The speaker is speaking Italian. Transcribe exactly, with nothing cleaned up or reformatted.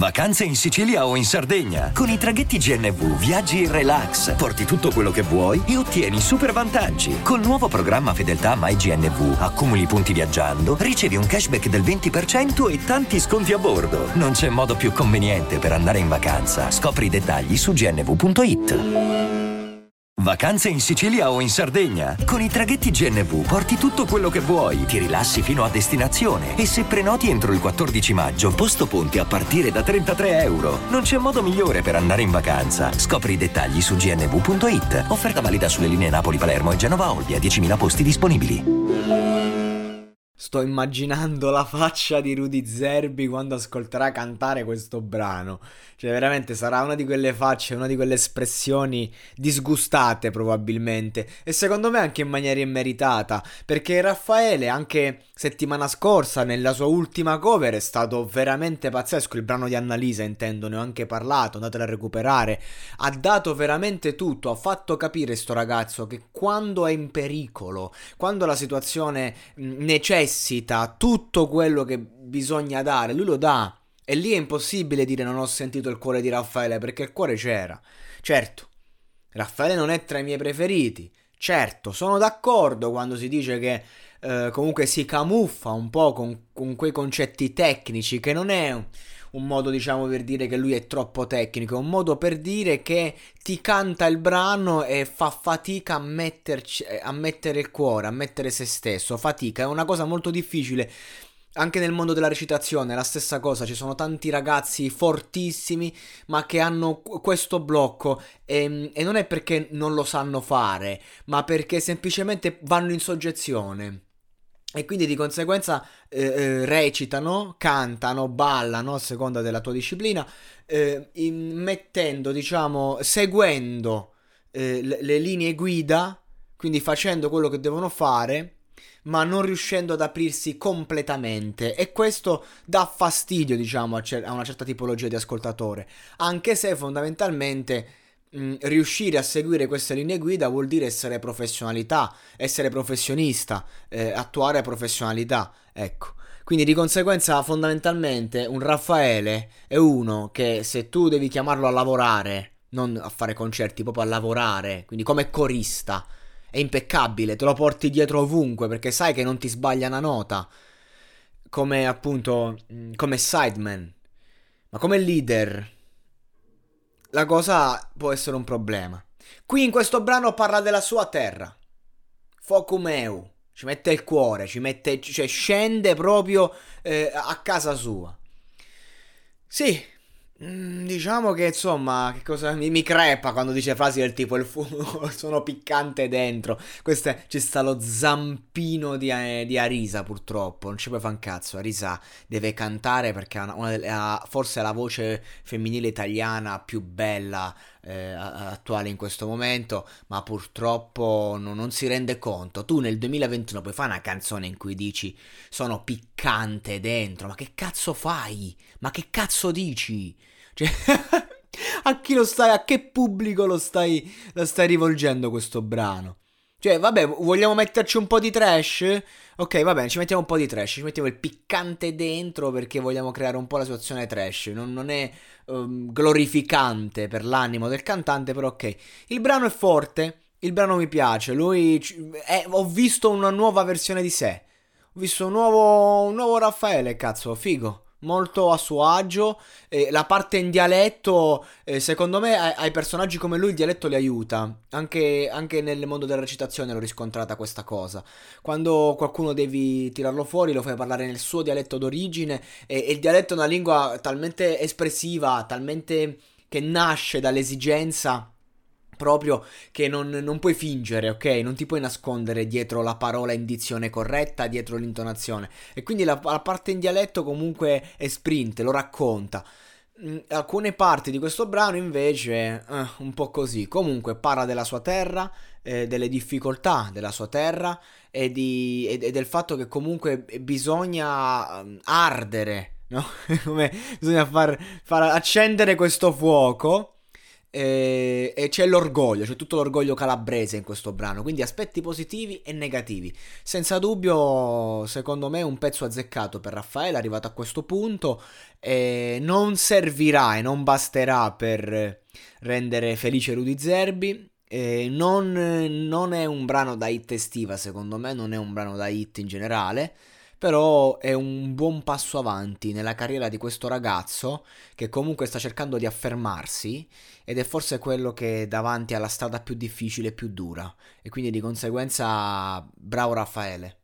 Vacanze in Sicilia o in Sardegna. Con i traghetti G N V viaggi in relax, porti tutto quello che vuoi e ottieni super vantaggi. Col nuovo programma Fedeltà MyGNV accumuli punti viaggiando, ricevi un cashback del venti per cento e tanti sconti a bordo. Non c'è modo più conveniente per andare in vacanza. Scopri i dettagli su g n v punto i t. Vacanze in Sicilia o in Sardegna. Con i traghetti G N V porti tutto quello che vuoi, ti rilassi fino a destinazione e se prenoti entro il quattordici maggio, posto ponti a partire da trentatré euro. Non c'è modo migliore per andare in vacanza. Scopri i dettagli su g n v punto i t. Offerta valida sulle linee Napoli-Palermo e Genova-Olbia, diecimila posti disponibili. Sto immaginando la faccia di Rudy Zerbi quando ascolterà cantare questo brano. Cioè veramente sarà una di quelle facce, una di quelle espressioni disgustate probabilmente. E secondo me anche in maniera immeritata, perché Raffaele anche settimana scorsa nella sua ultima cover è stato veramente pazzesco. Il brano di Annalisa, intendo, ne ho anche parlato, andatelo a recuperare. Ha dato veramente tutto, ha fatto capire sto ragazzo che quando è in pericolo, quando la situazione necessita tutto quello che bisogna dare, lui lo dà. E lì è impossibile dire non ho sentito il cuore di Raffaele, perché il cuore c'era. Certo, Raffaele non è tra i miei preferiti. Certo, sono d'accordo quando si dice che eh, comunque si camuffa un po' con, con quei concetti tecnici, che non è un, un modo, diciamo, per dire che lui è troppo tecnico, è un modo per dire che ti canta il brano e fa fatica a metterci, a mettere il cuore, a mettere se stesso. Fatica, è una cosa molto difficile. Anche nel mondo della recitazione è la stessa cosa, ci sono tanti ragazzi fortissimi ma che hanno questo blocco e, e non è perché non lo sanno fare, ma perché semplicemente vanno in soggezione e quindi di conseguenza eh, eh, recitano, cantano, ballano a seconda della tua disciplina, eh, in, mettendo, diciamo, seguendo eh, le, le linee guida, quindi facendo quello che devono fare, ma non riuscendo ad aprirsi completamente, e questo dà fastidio, diciamo, a, cer- a una certa tipologia di ascoltatore, anche se fondamentalmente mh, riuscire a seguire queste linee guida vuol dire essere professionalità, essere professionista, eh, attuare professionalità, ecco. Quindi di conseguenza fondamentalmente un Raffaele è uno che, se tu devi chiamarlo a lavorare, non a fare concerti, proprio a lavorare, quindi come corista, è impeccabile, te lo porti dietro ovunque perché sai che non ti sbaglia una nota, come appunto come sideman, ma come leader la cosa può essere un problema. Qui in questo brano parla della sua terra, Focumeu, ci mette il cuore, ci mette, cioè scende proprio eh, a casa sua. Sì, diciamo che insomma, che cosa mi, mi crepa quando dice frasi del tipo il fumo sono piccante dentro. Questo è, ci sta lo zampino di, eh, di Arisa, purtroppo non ci puoi fare un cazzo. Arisa deve cantare perché ha una, una delle, ha forse la voce femminile italiana più bella eh, attuale in questo momento, ma purtroppo no, non si rende conto. Tu nel duemilaventuno puoi fare una canzone in cui dici sono piccante dentro, ma che cazzo fai? Ma che cazzo dici? Cioè, a chi lo stai, a che pubblico lo stai, lo stai rivolgendo questo brano? Cioè, vabbè, vogliamo metterci un po' di trash? Ok, va bene, ci mettiamo un po' di trash, ci mettiamo il piccante dentro perché vogliamo creare un po' la situazione trash. Non, non è um, glorificante per l'animo del cantante, però ok. Il brano è forte, il brano mi piace, lui... È, ho visto una nuova versione di sé. Ho visto un nuovo, un nuovo Raffaele, cazzo, figo. Molto a suo agio, eh, la parte in dialetto, eh, secondo me ai, ai personaggi come lui il dialetto li aiuta, anche, anche nel mondo della recitazione l'ho riscontrata questa cosa. Quando qualcuno devi tirarlo fuori lo fai parlare nel suo dialetto d'origine, e, e il dialetto è una lingua talmente espressiva, talmente che nasce dall'esigenza proprio, che non, non puoi fingere, ok? Non ti puoi nascondere dietro la parola in dizione corretta, dietro l'intonazione. E quindi la, la parte in dialetto comunque è sprint, lo racconta. Mm, alcune parti di questo brano invece eh, un po' così. Comunque parla della sua terra, eh, delle difficoltà della sua terra e, di, e, e del fatto che comunque bisogna um, ardere, no? Come bisogna far, far accendere questo fuoco. e, e c'è l'orgoglio, c'è tutto l'orgoglio calabrese in questo brano, quindi aspetti positivi e negativi. Senza dubbio, secondo me, un pezzo azzeccato per Raffaele, arrivato a questo punto, e non servirà e non basterà per rendere felice Rudy Zerbi. Eh, non, non è un brano da hit estiva, secondo me, non è un brano da hit in generale, però è un buon passo avanti nella carriera di questo ragazzo che comunque sta cercando di affermarsi ed è forse quello che è davanti alla strada più difficile e più dura, e quindi di conseguenza bravo Raffaele.